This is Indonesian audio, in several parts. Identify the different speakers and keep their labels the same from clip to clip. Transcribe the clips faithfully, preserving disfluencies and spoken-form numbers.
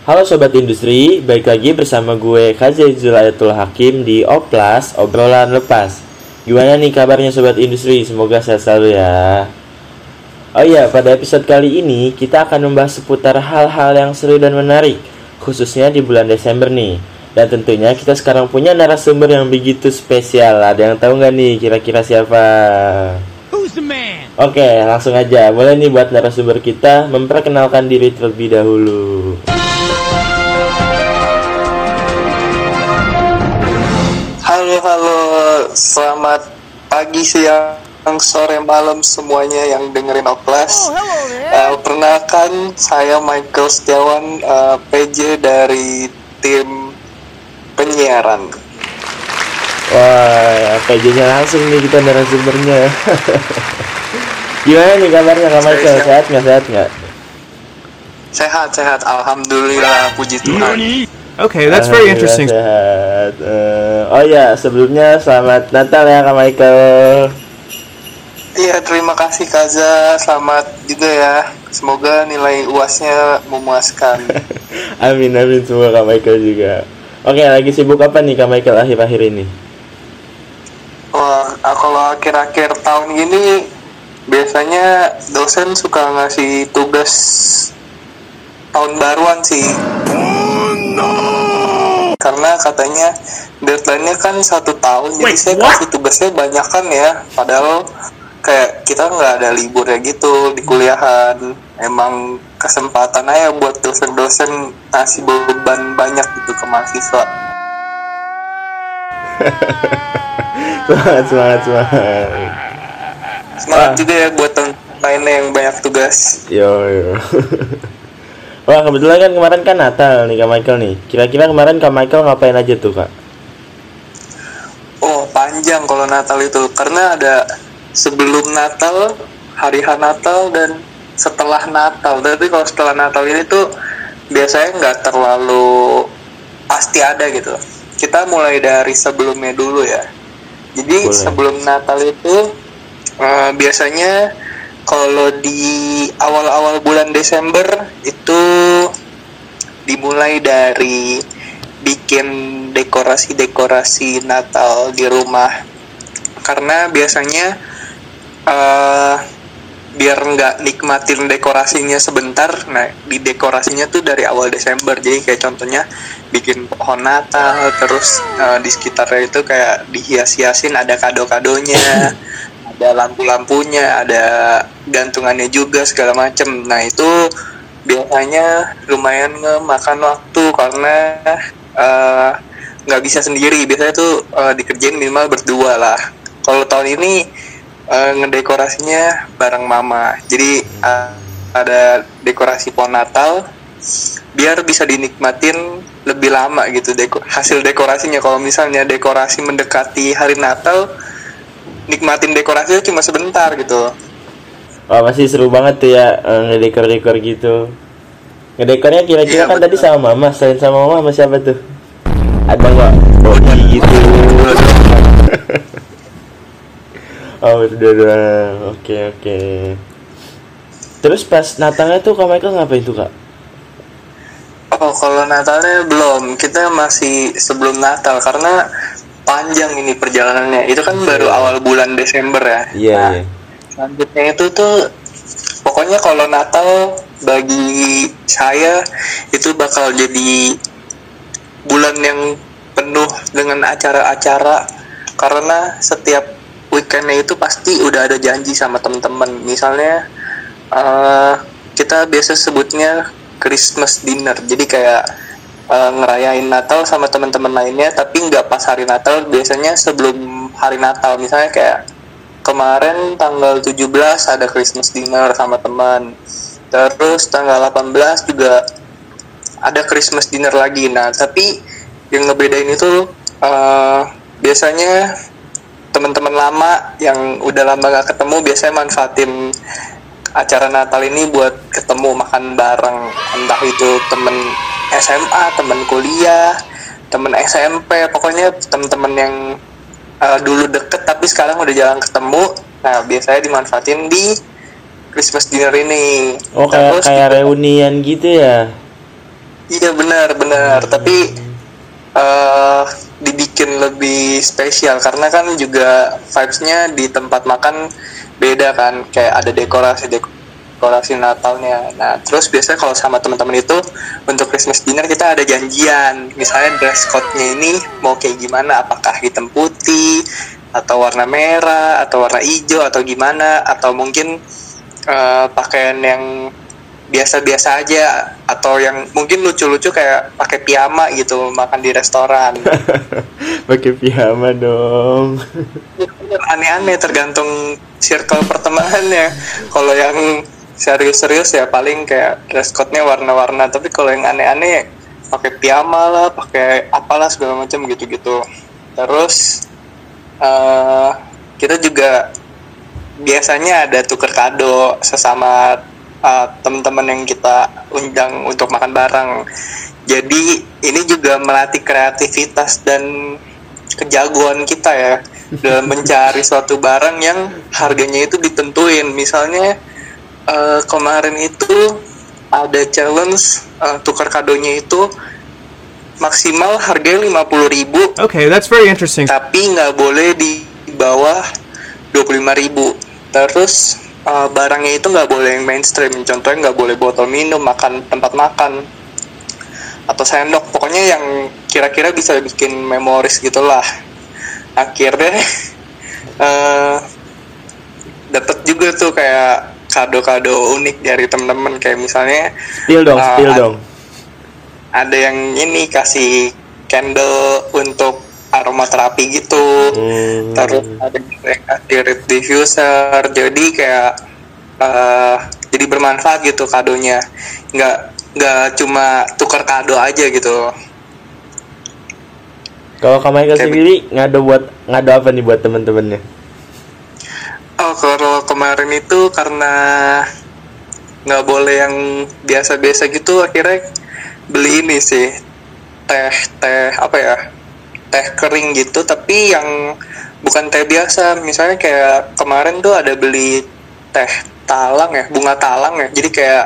Speaker 1: Halo Sobat Industri, balik lagi bersama gue Khazizul Ayatul Hakim di Oplas, obrolan lepas. Gimana nih kabarnya Sobat Industri? Semoga sehat selalu ya. Oh iya, pada episode kali ini kita akan membahas seputar hal-hal yang seru dan menarik, khususnya di bulan Desember nih. Dan tentunya kita sekarang punya narasumber yang begitu spesial. Ada yang tahu nggak nih kira-kira siapa?
Speaker 2: Who's the man?
Speaker 1: Oke, langsung aja. Boleh nih buat narasumber kita memperkenalkan diri terlebih dahulu.
Speaker 3: Halo, halo, selamat pagi, siang, sore, malam semuanya yang dengerin Oplas.
Speaker 2: Oh, hello there.
Speaker 3: Uh, perkenalkan, saya Michael Setiawan, uh, P J dari tim penyiaran.
Speaker 1: Wah, P J-nya langsung nih kita narasumbernya. Gimana nih kabarnya Kak Michael? Sehat nggak? Sehat nggak?
Speaker 3: Sehat, sehat, alhamdulillah, puji Tuhan.
Speaker 2: Okay, that's very interesting.
Speaker 1: Sehat. Uh, oh ya, sebelumnya selamat Natal ya Kak Michael.
Speaker 3: Iya, terima kasih Kaza, selamat juga ya. Semoga nilai U A S-nya memuaskan.
Speaker 1: Amin, amin semua Kak Michael juga. Oke, lagi sibuk apa nih Kak Michael akhir-akhir ini?
Speaker 3: Wah, kalau akhir-akhir tahun gini biasanya dosen suka ngasih tugas tahun baruan sih.
Speaker 2: Oh no!
Speaker 3: Karena katanya deadline-nya kan satu tahun, jadi
Speaker 2: Wait,
Speaker 3: saya
Speaker 2: what?
Speaker 3: kasih tugasnya banyak kan ya. Padahal kayak kita nggak ada liburnya gitu di kuliahan. Emang kesempatan aja buat dosen-dosen ngasih beban banyak gitu ke mahasiswa.
Speaker 1: Semangat, semangat, semangat.
Speaker 3: Semangat
Speaker 1: Wah.
Speaker 3: juga ya buat teman lainnya yang banyak tugas.
Speaker 1: Yo, yo. Wah, kebetulan kan kemarin kan Natal nih Kak Michael nih. Kira-kira kemarin Kak Michael ngapain aja tuh Kak?
Speaker 3: Oh, panjang kalau Natal itu, karena ada sebelum Natal, hari H Natal, dan setelah Natal. Tapi kalau setelah Natal ini tuh biasanya nggak terlalu pasti ada gitu. Kita mulai dari sebelumnya dulu ya. Jadi
Speaker 1: Boleh.
Speaker 3: sebelum Natal itu uh, biasanya kalau di awal-awal bulan Desember itu dimulai dari bikin dekorasi-dekorasi Natal di rumah. Karena biasanya uh, biar nggak nikmatin dekorasinya sebentar, nah di dekorasinya tuh dari awal Desember. Jadi kayak contohnya bikin pohon Natal, terus uh, di sekitarnya itu kayak dihias-hiasin, ada kado-kadonya, ada lampu-lampunya, ada gantungannya juga segala macem. Nah itu biasanya lumayan ngemakan waktu karena uh, nggak bisa sendiri. Biasanya tuh uh, dikerjain minimal berdua lah. Kalau tahun ini uh, ngedekorasinya bareng mama. Jadi uh, ada dekorasi pohon Natal biar bisa dinikmatin lebih lama gitu deko- hasil dekorasinya. Kalau misalnya dekorasi mendekati hari Natal, nikmatin dekorasinya cuma sebentar gitu.
Speaker 1: Wah, pasti seru banget tuh ya eh, ngedekor-dekor gitu. Ngedekornya kira-kira
Speaker 3: Iya,
Speaker 1: kan
Speaker 3: betul.
Speaker 1: tadi sama mama, selain sama mama sama siapa tuh? Ada nggak? Body gitu. Oh, berdua. Oke, oke. Terus pas Natalnya tuh Kak Michael ngapain tuh Kak?
Speaker 3: Oh, kalau Natalnya belum. Kita masih sebelum Natal karena panjang ini perjalanannya. Itu kan baru awal bulan Desember ya.
Speaker 1: Iya,
Speaker 3: Nah,
Speaker 1: iya.
Speaker 3: selanjutnya itu tuh pokoknya kalau Natal bagi saya itu bakal jadi bulan yang penuh dengan acara-acara, karena setiap weekendnya itu pasti udah ada janji sama teman-teman. Misalnya uh, kita biasa sebutnya Christmas dinner. Jadi kayak uh, ngerayain Natal sama teman-teman lainnya, tapi nggak pas hari Natal. Biasanya sebelum hari Natal. Misalnya kayak kemarin tanggal tujuh belas ada Christmas dinner sama teman. Terus tanggal delapan belas juga ada Christmas dinner lagi. Nah, tapi yang ngebedain itu uh, biasanya teman-teman lama yang udah lama gak ketemu biasanya manfaatin acara Natal ini buat ketemu makan bareng. Entah itu temen S M A, temen kuliah, temen S M P, pokoknya temen-temen yang uh, dulu deket tapi sekarang udah jarang ketemu. Nah, biasanya dimanfaatin di Christmas dinner ini.
Speaker 1: Oh, kayak
Speaker 3: Terus
Speaker 1: kayak
Speaker 3: juga-
Speaker 1: reunian gitu ya?
Speaker 3: Iya benar benar,
Speaker 1: Hmm.
Speaker 3: tapi eh dibikin lebih spesial karena kan juga vibes-nya di tempat makan beda kan, kayak ada dekorasi dekorasi Natalnya. Nah terus biasanya kalau sama teman-teman itu untuk Christmas dinner kita ada janjian, misalnya dress code-nya ini mau kayak gimana, apakah hitam putih atau warna merah atau warna hijau atau gimana, atau mungkin eh, pakaian yang biasa-biasa aja atau yang mungkin lucu-lucu kayak pakai piyama gitu makan di restoran.
Speaker 1: Pakai piyama dong.
Speaker 3: Aneh-aneh tergantung circle pertemanannya. Kalau yang serius-serius ya paling kayak dress code-nya warna-warna, tapi kalau yang aneh-aneh pakai piyama lah, pakai apalah segala macam gitu-gitu. Terus eh, kita juga biasanya ada tuker kado sesama uh, teman-teman yang kita undang untuk makan bareng. Jadi ini juga melatih kreativitas dan kejagoan kita ya dalam mencari suatu barang yang harganya itu ditentuin. Misalnya uh, kemarin itu ada challenge uh, tukar kadonya itu maksimal harganya lima puluh ribu.
Speaker 2: Okay, that's very interesting.
Speaker 3: Tapi nggak boleh di bawah dua puluh lima ribu. Terus uh, barangnya itu nggak boleh yang mainstream, contohnya nggak boleh botol minum, makan tempat makan atau sendok, pokoknya yang kira-kira bisa bikin memoris gitulah. Akhirnya uh, dapat juga tuh kayak kado-kado unik dari teman-teman, kayak misalnya
Speaker 1: Spill dong,
Speaker 3: uh,
Speaker 1: spill dong.
Speaker 3: ada yang ini kasih candle untuk aromaterapi gitu.
Speaker 1: Hmm.
Speaker 3: Terus ada yang kasih reed diffuser, jadi kayak uh, jadi bermanfaat gitu kadonya, nggak nggak cuma tukar kado aja gitu.
Speaker 1: Kalau Kak Michael
Speaker 3: Kayak
Speaker 1: sendiri ngado buat ngado apa nih buat temen-temennya?
Speaker 3: Oh kalau kemarin itu karena nggak boleh yang biasa-biasa gitu, akhirnya beli ini sih, teh teh apa ya, teh kering gitu, tapi yang bukan teh biasa. Misalnya kayak kemarin tuh ada beli teh talang ya, bunga talang ya, jadi kayak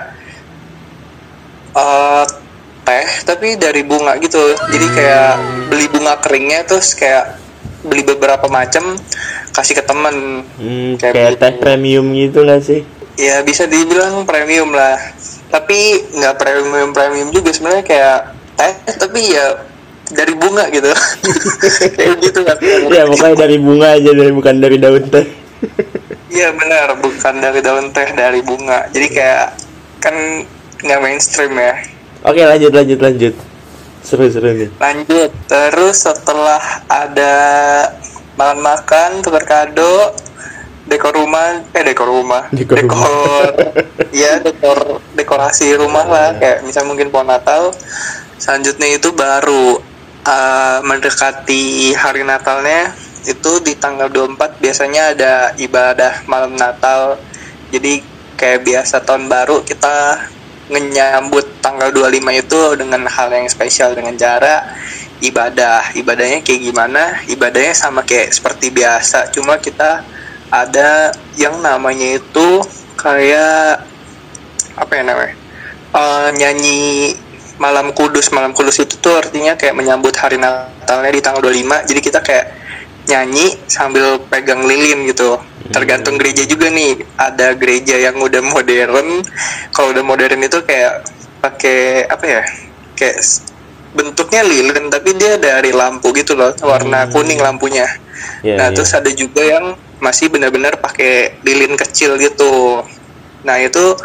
Speaker 3: uh, teh tapi dari bunga gitu. Jadi kayak beli bunga keringnya terus kayak beli beberapa macam kasih ke temen.
Speaker 1: Hmm,
Speaker 3: Kayak
Speaker 1: kayak
Speaker 3: begitu.
Speaker 1: teh premium gitu nggak sih?
Speaker 3: Ya bisa dibilang premium lah, tapi nggak premium premium juga sebenarnya, kayak teh tapi ya dari bunga gitu. Kayak gitu kan.
Speaker 1: Ya pokoknya dari bunga aja, dari bukan dari daun teh.
Speaker 3: Iya benar, bukan dari daun teh, dari bunga. Jadi kayak kan nggak mainstream ya.
Speaker 1: Oke, lanjut lanjut lanjut. Seru-seru nih.
Speaker 3: Lanjut, terus setelah ada makan-makan, tukar kado, dekor rumah, eh dekor rumah,
Speaker 1: Dekor
Speaker 3: dekor, ya dekor dekorasi rumah lah, kayak misal mungkin pohon Natal. Selanjutnya itu baru uh, mendekati hari Natalnya, itu di tanggal dua puluh empat biasanya ada ibadah malam Natal. Jadi kayak biasa tahun baru kita menyambut tanggal dua puluh lima itu dengan hal yang spesial, dengan cara ibadah. Ibadahnya kayak gimana? Ibadahnya sama kayak seperti biasa, cuma kita ada yang namanya itu kayak apa ya namanya? Uh, nyanyi malam kudus. Malam kudus itu tuh artinya kayak menyambut hari Natalnya di tanggal dua puluh lima. Jadi kita kayak nyanyi sambil pegang lilin gitu. Tergantung gereja juga nih. Ada gereja yang udah modern. Kalau udah modern itu kayak pakai apa ya? Kayak bentuknya lilin tapi dia dari lampu gitu loh, warna kuning lampunya.
Speaker 1: Yeah,
Speaker 3: nah,
Speaker 1: yeah.
Speaker 3: terus ada juga yang masih benar-benar pakai lilin kecil gitu. Nah, itu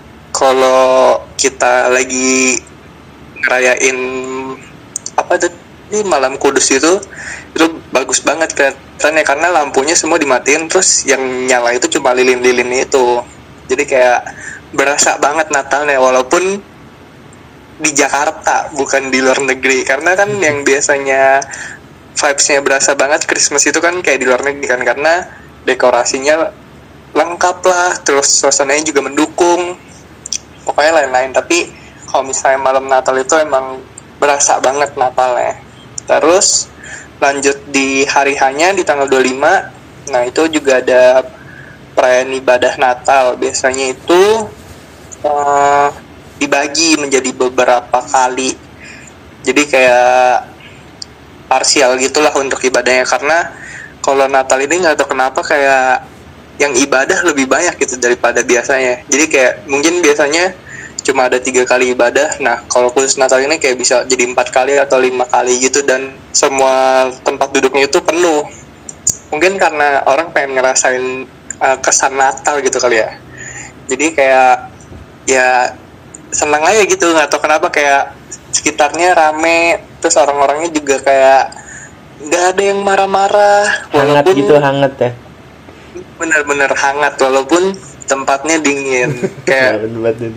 Speaker 3: kalau kita lagi ngerayain apa tuh di malam kudus itu, itu bagus banget kelihatannya karena lampunya semua dimatiin, terus yang nyala itu cuma lilin-lilin itu. Jadi kayak berasa banget Natalnya, walaupun di Jakarta bukan di luar negeri. Karena kan yang biasanya vibes-nya berasa banget Christmas itu kan kayak di luar negeri kan, karena dekorasinya lengkap lah, terus suasananya juga mendukung, pokoknya lain-lain. Tapi kalau misalnya malam Natal itu emang berasa banget Natalnya. Terus lanjut di hari hanya di tanggal dua puluh lima. Nah itu juga ada perayaan ibadah Natal. Biasanya itu uh, dibagi menjadi beberapa kali. Jadi kayak parsial gitulah untuk ibadahnya, karena kalau Natal ini nggak tahu kenapa kayak yang ibadah lebih banyak gitu daripada biasanya. Jadi kayak mungkin biasanya cuma ada tiga kali ibadah, nah kalau khusus Natal ini kayak bisa jadi empat kali atau lima kali gitu, dan semua tempat duduknya itu penuh. Mungkin karena orang pengen ngerasain uh, kesan Natal gitu kali ya. Jadi kayak ya senang aja gitu, nggak tahu kenapa kayak sekitarnya rame, terus orang-orangnya juga kayak nggak ada yang marah-marah,
Speaker 1: hangat gitu, hangat ya,
Speaker 3: bener-bener hangat walaupun tempatnya dingin. Kayak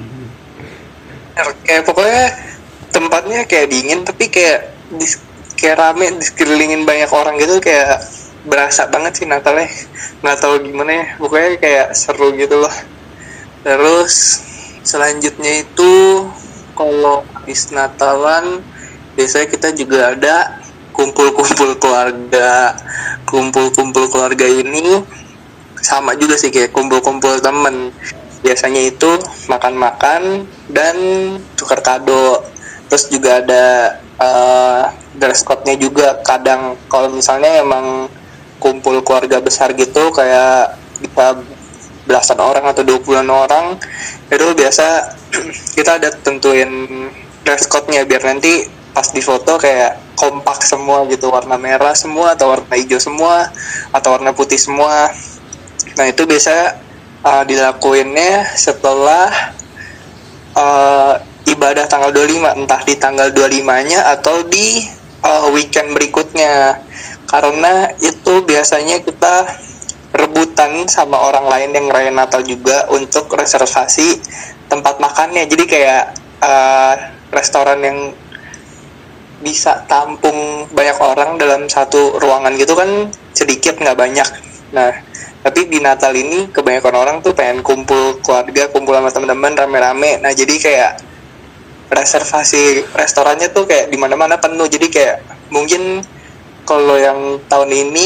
Speaker 3: kayak pokoknya tempatnya kayak dingin tapi kayak di, kayak rame, disekelilingin banyak orang gitu, kayak berasa banget sih Natalnya. Nggak tahu gimana ya, pokoknya kayak seru gitu loh. Terus selanjutnya itu kalau habis Natalan biasanya kita juga ada kumpul-kumpul keluarga. Kumpul-kumpul keluarga ini sama juga sih kayak kumpul-kumpul temen. Biasanya itu makan-makan dan tukar kado. Terus juga ada uh, dress code-nya juga. Kadang kalau misalnya emang kumpul keluarga besar gitu kayak bisa belasan orang atau dua puluhan orang, itu biasa kita ada tentuin dress code-nya biar nanti pas di foto kayak kompak semua gitu, warna merah semua atau warna hijau semua atau warna putih semua. Nah itu biasa uh, dilakuinnya setelah uh, ibadah tanggal dua puluh lima, entah di tanggal dua puluh lima-nya atau di uh, weekend berikutnya, karena itu biasanya kita rebutan sama orang lain yang ngerayain Natal juga untuk reservasi tempat makannya. Jadi kayak uh, restoran yang bisa tampung banyak orang dalam satu ruangan gitu kan sedikit, nggak banyak. Nah tapi di Natal ini kebanyakan orang tuh pengen kumpul keluarga, kumpul sama teman-teman rame-rame. Nah jadi kayak reservasi restorannya tuh kayak di mana-mana penuh. Jadi kayak mungkin kalau yang tahun ini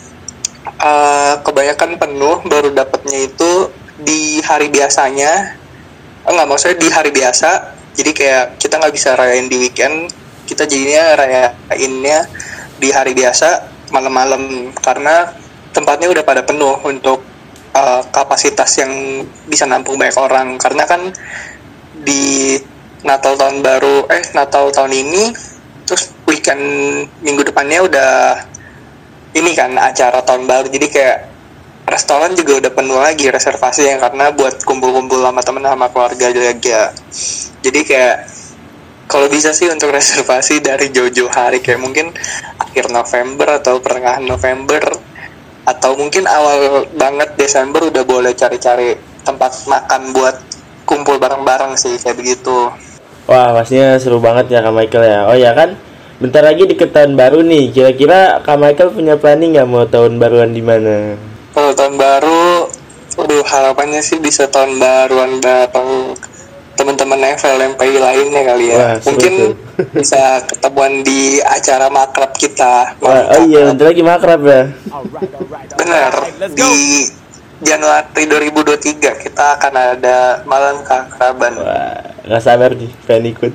Speaker 3: Uh, kebanyakan penuh, baru dapatnya itu di hari biasanya. Enggak, maksudnya di hari biasa. Jadi kayak kita nggak bisa rayain di weekend, kita jadinya rayainnya di hari biasa malam-malam, karena tempatnya udah pada penuh untuk uh, kapasitas yang bisa nampung banyak orang. Karena kan di Natal tahun baru, eh Natal tahun ini, terus weekend minggu depannya udah ini kan acara tahun baru, jadi kayak restoran juga udah penuh lagi reservasinya, karena buat kumpul-kumpul sama temen sama keluarga juga. Jadi kayak kalau bisa sih untuk reservasi dari jauh-jauh hari, kayak mungkin akhir November atau pertengahan November atau mungkin awal banget Desember udah boleh cari-cari tempat makan buat kumpul bareng-bareng sih, kayak begitu.
Speaker 1: Wah pastinya seru banget ya Kak Michael ya. Oh ya kan, bentar lagi deket tahun baru nih. Kira-kira Kak Michael punya planning nggak mau tahun baruan di mana?
Speaker 3: Kalau tahun baru, aduh harapannya sih bisa tahun baruan datang teman-teman F L M P I lainnya kali ya. Wah, mungkin bisa ketemuan di acara makrab kita.
Speaker 1: Wah, oh iya, bentar lagi makrab ya.
Speaker 3: Benar. Di Januari dua ribu dua puluh tiga kita akan ada malam keakraban.
Speaker 1: Wah, nggak sabar nih, pengen ikut.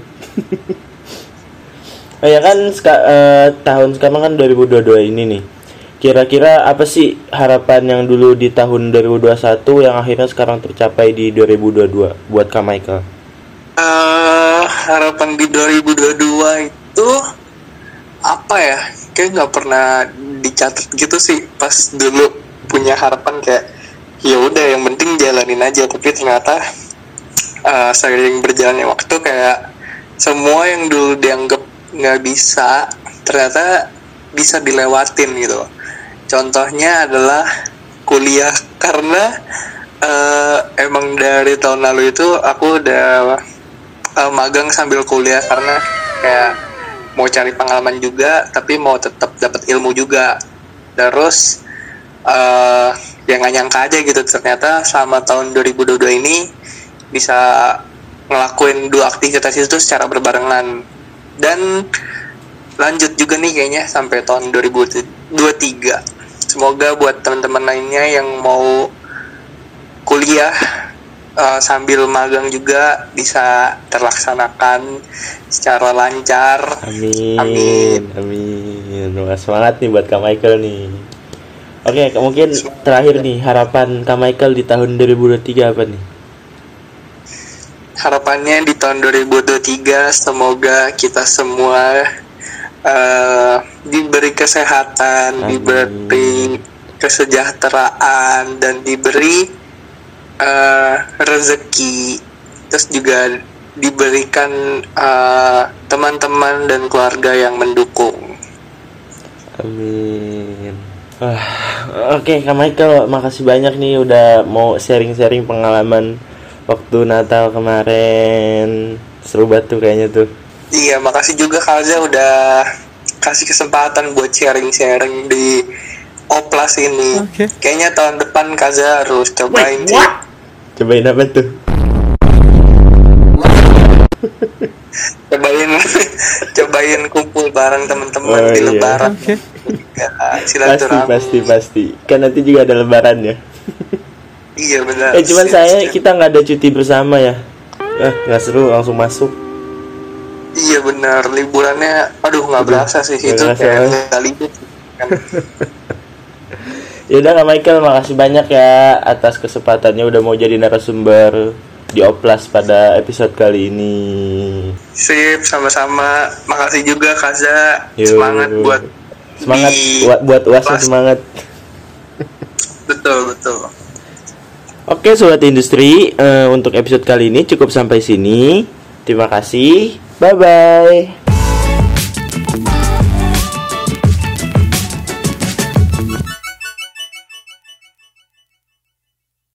Speaker 1: Oh ya kan ska, uh, tahun sekarang kan dua ribu dua puluh dua ini nih. Kira-kira apa sih harapan yang dulu di tahun dua ribu dua puluh satu yang akhirnya sekarang tercapai di dua ribu dua puluh dua buat Kak Michael?
Speaker 3: Uh, harapan di dua ribu dua puluh dua itu apa ya? Kayak nggak pernah dicatat gitu sih. Pas dulu punya harapan kayak ya udah yang penting jalanin aja. Tapi ternyata uh, seiring berjalannya waktu kayak semua yang dulu dianggap nggak bisa ternyata bisa dilewatin gitu. Contohnya adalah kuliah, karena uh, emang dari tahun lalu itu aku udah uh, magang sambil kuliah, karena kayak mau cari pengalaman juga tapi mau tetap dapat ilmu juga. Terus uh, ya nggak nyangka aja gitu ternyata selama tahun dua ribu dua puluh dua ini bisa ngelakuin dua aktivitas itu secara berbarengan. Dan lanjut juga nih kayaknya sampai tahun dua ribu dua puluh tiga. Semoga buat teman-teman lainnya yang mau kuliah uh, sambil magang juga bisa terlaksanakan secara lancar.
Speaker 1: Amin.
Speaker 3: Amin.
Speaker 1: Amin. Wah, semangat nih buat Kak Michael nih. Oke, mungkin terakhir nih harapan Kak Michael di tahun dua ribu dua puluh tiga apa nih?
Speaker 3: Harapannya di tahun dua ribu dua puluh tiga semoga kita semua uh, diberi kesehatan,
Speaker 1: Amin.
Speaker 3: diberi kesejahteraan, dan diberi uh, rezeki, terus juga diberikan uh, teman-teman dan keluarga yang mendukung.
Speaker 1: Amin. Wah, oke Kak Michael, makasih banyak nih udah mau sharing-sharing pengalaman waktu Natal kemarin. Seru banget tuh kayaknya tuh.
Speaker 3: Iya, makasih juga Kalza udah kasih kesempatan buat sharing-sharing di Oplas ini.
Speaker 2: Okay.
Speaker 3: Kayaknya tahun depan Kalza harus cobain sih.
Speaker 1: Cobain apa tuh?
Speaker 3: cobain cobain kumpul bareng teman-teman
Speaker 1: Oh,
Speaker 3: di
Speaker 1: iya.
Speaker 3: Lebaran.
Speaker 2: Okay.
Speaker 3: Ya,
Speaker 1: Pasti,
Speaker 3: silaturahmi.
Speaker 1: pasti, pasti. Kan nanti juga ada lebaran ya.
Speaker 3: Iya benar.
Speaker 1: Eh cuman
Speaker 3: Siap,
Speaker 1: saya
Speaker 3: siap.
Speaker 1: kita nggak ada cuti bersama ya. Eh nggak seru langsung masuk.
Speaker 3: Iya benar, liburannya aduh nggak
Speaker 1: Aduh,
Speaker 3: berasa sih
Speaker 1: nggak
Speaker 3: itu
Speaker 1: berasa,
Speaker 3: kayak
Speaker 1: ya.
Speaker 3: nggak libur kan.
Speaker 1: Ya udah Kak Michael, makasih banyak ya atas kesempatannya udah mau jadi narasumber di Oplas pada episode kali ini.
Speaker 3: Sip, sama-sama. Makasih juga Kaza.
Speaker 1: Yo.
Speaker 3: Semangat buat
Speaker 1: Semangat
Speaker 3: di
Speaker 1: buat buat uasnya,
Speaker 3: Oplas.
Speaker 1: semangat.
Speaker 3: Betul betul.
Speaker 1: Oke Sobat Industri, eh, untuk episode kali ini cukup sampai sini. Terima kasih. Bye bye.